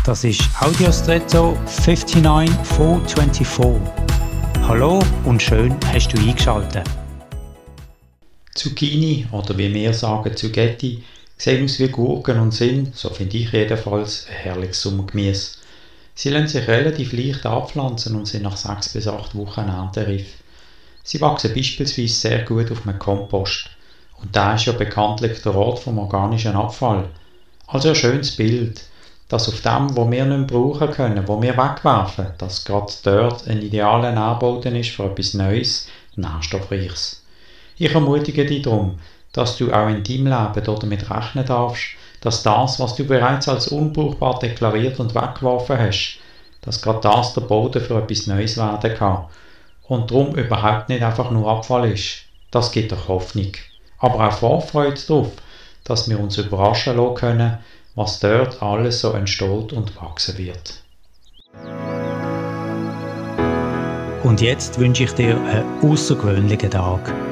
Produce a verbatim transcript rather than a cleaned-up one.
Das ist Audiostretto neunundfünfzig vier vierundzwanzig. Hallo und schön hast du eingeschaltet. Zucchini, oder wie wir sagen Zugetti, sehen aus wie Gurken und sind, so finde ich jedenfalls, ein herrliches Sommergemüse. Sie lassen sich relativ leicht abpflanzen und sind nach sechs bis acht Wochen erntereif. Sie wachsen beispielsweise sehr gut auf einem Kompost. Und da ist ja bekanntlich der Ort vom organischen Abfall. Also ein schönes Bild, dass auf dem, was wir nicht mehr brauchen können, was wir wegwerfen, dass gerade dort ein idealer Nährboden ist für etwas Neues, Nährstoffreiches. Ich ermutige dich darum, dass du auch in deinem Leben damit rechnen darfst, dass das, was du bereits als unbrauchbar deklariert und weggeworfen hast, dass gerade das der Boden für etwas Neues werden kann. Und darum überhaupt nicht einfach nur Abfall ist. Das gibt doch Hoffnung. Aber auch Vorfreude darauf, dass wir uns überraschen lassen können, was dort alles so entsteht und wachsen wird. Und jetzt wünsche ich dir einen außergewöhnlichen Tag.